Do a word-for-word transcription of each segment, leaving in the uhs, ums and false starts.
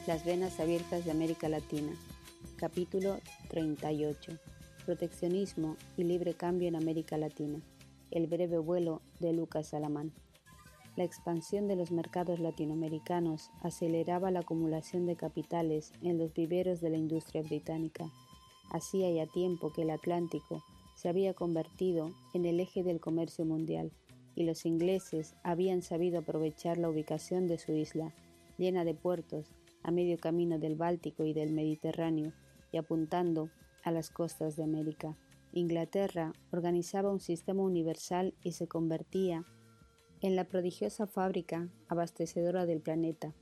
Las venas abiertas de América Latina. Capítulo treinta y ocho. Proteccionismo y libre cambio en América Latina. El breve vuelo de Lucas Alamán. La expansión de los mercados latinoamericanos aceleraba la acumulación de capitales en los viveros de la industria británica. Hacía ya tiempo que el Atlántico se había convertido en el eje del comercio mundial, y los ingleses habían sabido aprovechar la ubicación de su isla, llena de puertos, a medio camino del Báltico y del Mediterráneo, y apuntando a las costas de América. Inglaterra organizaba un sistema universal y se convertía en la prodigiosa fábrica abastecedora del planeta.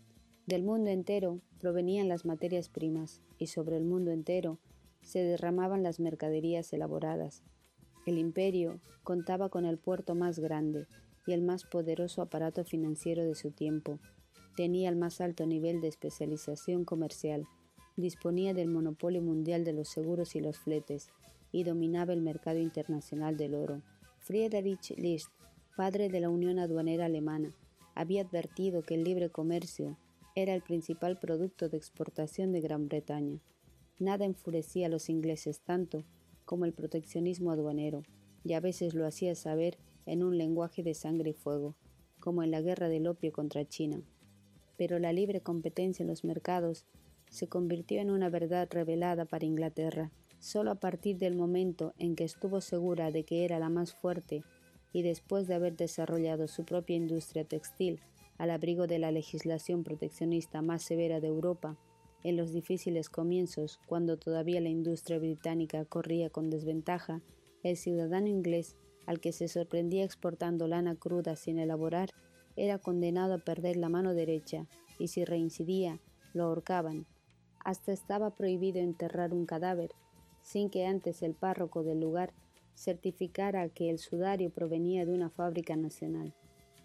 Del mundo entero provenían las materias primas, y sobre el mundo entero se derramaban las mercaderías elaboradas. El imperio contaba con el puerto más grande y el más poderoso aparato financiero de su tiempo. Tenía el más alto nivel de especialización comercial, disponía del monopolio mundial de los seguros y los fletes, y dominaba el mercado internacional del oro. Friedrich List, padre de la Unión Aduanera Alemana, había advertido que el libre comercio era el principal producto de exportación de Gran Bretaña. Nada enfurecía a los ingleses tanto como el proteccionismo aduanero, y a veces lo hacía saber en un lenguaje de sangre y fuego, como en la guerra del opio contra China. Pero la libre competencia en los mercados se convirtió en una verdad revelada para Inglaterra. Solo a partir del momento en que estuvo segura de que era la más fuerte y después de haber desarrollado su propia industria textil al abrigo de la legislación proteccionista más severa de Europa, en los difíciles comienzos, cuando todavía la industria británica corría con desventaja, el ciudadano inglés, al que se sorprendía exportando lana cruda sin elaborar, era condenado a perder la mano derecha, y si reincidía, lo ahorcaban. Hasta estaba prohibido enterrar un cadáver, sin que antes el párroco del lugar certificara que el sudario provenía de una fábrica nacional.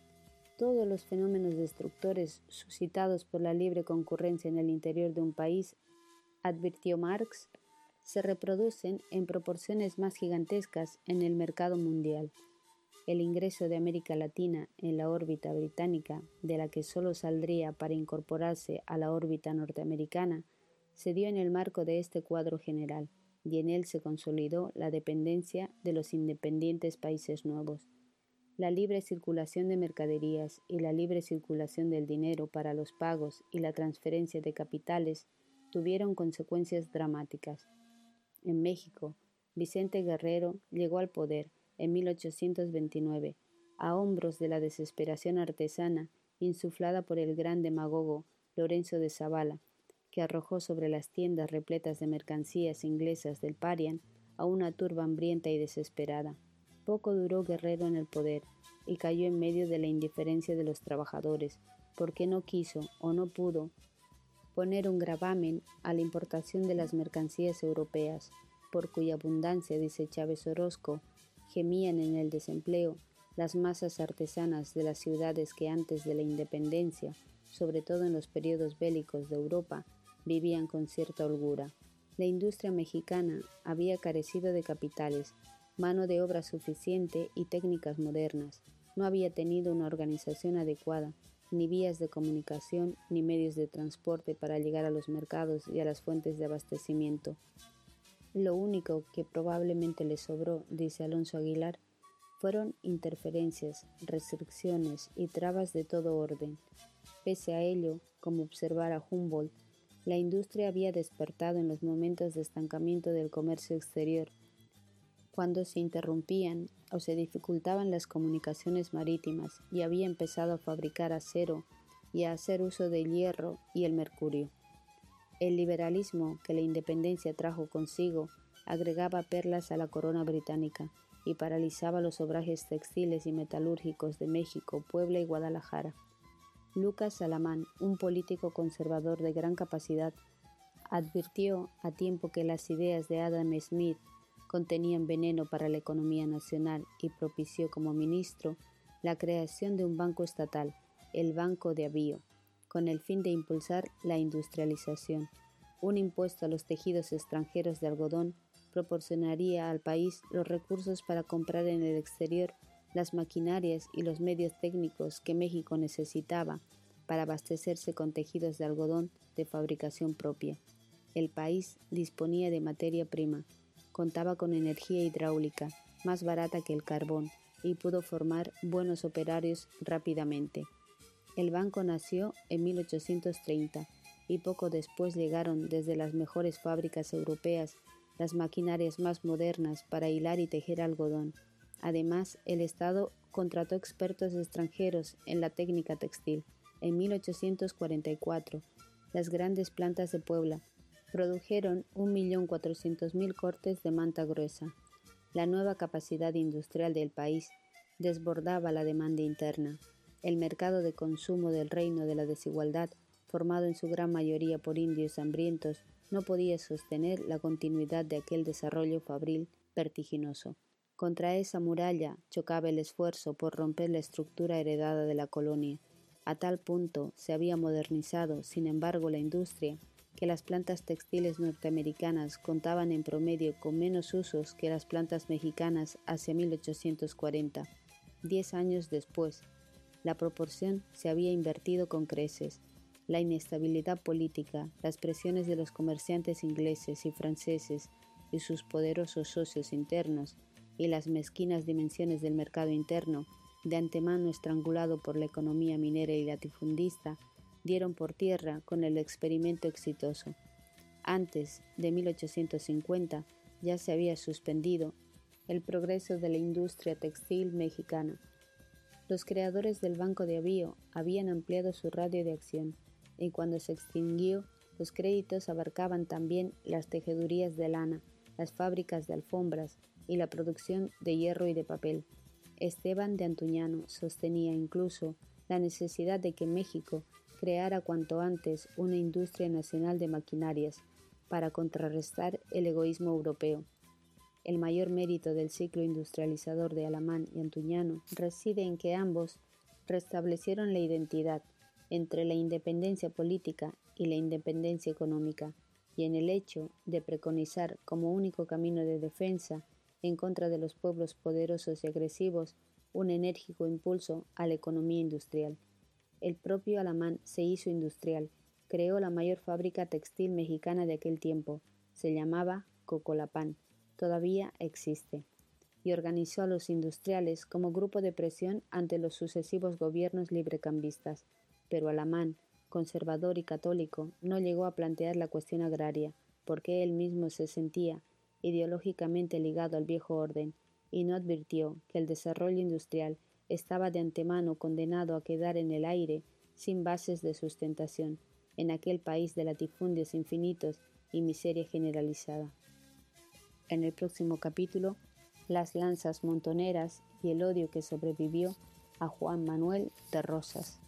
Todos los fenómenos destructores suscitados por la libre concurrencia en el interior de un país, advirtió Marx, se reproducen en proporciones más gigantescas en el mercado mundial. El ingreso de América Latina en la órbita británica, de la que solo saldría para incorporarse a la órbita norteamericana, se dio en el marco de este cuadro general, y en él se consolidó la dependencia de los independientes países nuevos. La libre circulación de mercaderías y la libre circulación del dinero para los pagos y la transferencia de capitales tuvieron consecuencias dramáticas. En México, Vicente Guerrero llegó al poder en mil ochocientos veintinueve, a hombros de la desesperación artesana insuflada por el gran demagogo Lorenzo de Zavala, que arrojó sobre las tiendas repletas de mercancías inglesas del Parian a una turba hambrienta y desesperada. Poco duró Guerrero en el poder y cayó en medio de la indiferencia de los trabajadores, porque no quiso o no pudo poner un gravamen a la importación de las mercancías europeas, por cuya abundancia, dice Chávez Orozco, gemían en el desempleo las masas artesanas de las ciudades que antes de la independencia, sobre todo en los periodos bélicos de Europa, vivían con cierta holgura. La industria mexicana había carecido de capitales, mano de obra suficiente y técnicas modernas. No había tenido una organización adecuada, ni vías de comunicación, ni medios de transporte para llegar a los mercados y a las fuentes de abastecimiento. Lo único que probablemente le sobró, dice Alonso Aguilar, fueron interferencias, restricciones y trabas de todo orden. Pese a ello, como observara Humboldt, la industria había despertado en los momentos de estancamiento del comercio exterior, cuando se interrumpían o se dificultaban las comunicaciones marítimas, y había empezado a fabricar acero y a hacer uso del hierro y el mercurio. El liberalismo que la independencia trajo consigo agregaba perlas a la corona británica y paralizaba los obrajes textiles y metalúrgicos de México, Puebla y Guadalajara. Lucas Alamán, un político conservador de gran capacidad, advirtió a tiempo que las ideas de Adam Smith contenían veneno para la economía nacional y propició como ministro la creación de un banco estatal, el Banco de Avío, con el fin de impulsar la industrialización. Un impuesto a los tejidos extranjeros de algodón proporcionaría al país los recursos para comprar en el exterior las maquinarias y los medios técnicos que México necesitaba para abastecerse con tejidos de algodón de fabricación propia. El país disponía de materia prima, contaba con energía hidráulica, más barata que el carbón, y pudo formar buenos operarios rápidamente. El banco nació en mil ochocientos treinta y poco después llegaron desde las mejores fábricas europeas las maquinarias más modernas para hilar y tejer algodón. Además, el Estado contrató expertos extranjeros en la técnica textil. En mil ochocientos cuarenta y cuatro, las grandes plantas de Puebla produjeron un millón cuatrocientos mil cortes de manta gruesa. La nueva capacidad industrial del país desbordaba la demanda interna. El mercado de consumo del reino de la desigualdad, formado en su gran mayoría por indios hambrientos, no podía sostener la continuidad de aquel desarrollo fabril vertiginoso. Contra esa muralla chocaba el esfuerzo por romper la estructura heredada de la colonia. A tal punto se había modernizado, sin embargo, la industria, que las plantas textiles norteamericanas contaban en promedio con menos usos que las plantas mexicanas hacia mil ochocientos cuarenta. Diez años después, la proporción se había invertido con creces. La inestabilidad política, las presiones de los comerciantes ingleses y franceses y sus poderosos socios internos, y las mezquinas dimensiones del mercado interno, de antemano estrangulado por la economía minera y latifundista, dieron por tierra con el experimento exitoso. Antes de mil ochocientos cincuenta ya se había suspendido el progreso de la industria textil mexicana. Los creadores del Banco de Avío habían ampliado su radio de acción, y cuando se extinguió, los créditos abarcaban también las tejedurías de lana, las fábricas de alfombras y la producción de hierro y de papel. Esteban de Antuñano sostenía incluso la necesidad de que México creara cuanto antes una industria nacional de maquinarias para contrarrestar el egoísmo europeo. El mayor mérito del ciclo industrializador de Alamán y Antuñano reside en que ambos restablecieron la identidad entre la independencia política y la independencia económica, y en el hecho de preconizar como único camino de defensa en contra de los pueblos poderosos y agresivos un enérgico impulso a la economía industrial. El propio Alamán se hizo industrial, creó la mayor fábrica textil mexicana de aquel tiempo, se llamaba Cocolapán, todavía existe, y organizó a los industriales como grupo de presión ante los sucesivos gobiernos librecambistas, pero Alamán, conservador y católico, no llegó a plantear la cuestión agraria, porque él mismo se sentía ideológicamente ligado al viejo orden, y no advirtió que el desarrollo industrial estaba de antemano condenado a quedar en el aire sin bases de sustentación, en aquel país de latifundios infinitos y miseria generalizada. En el próximo capítulo, las lanzas montoneras y el odio que sobrevivió a Juan Manuel de Rosas.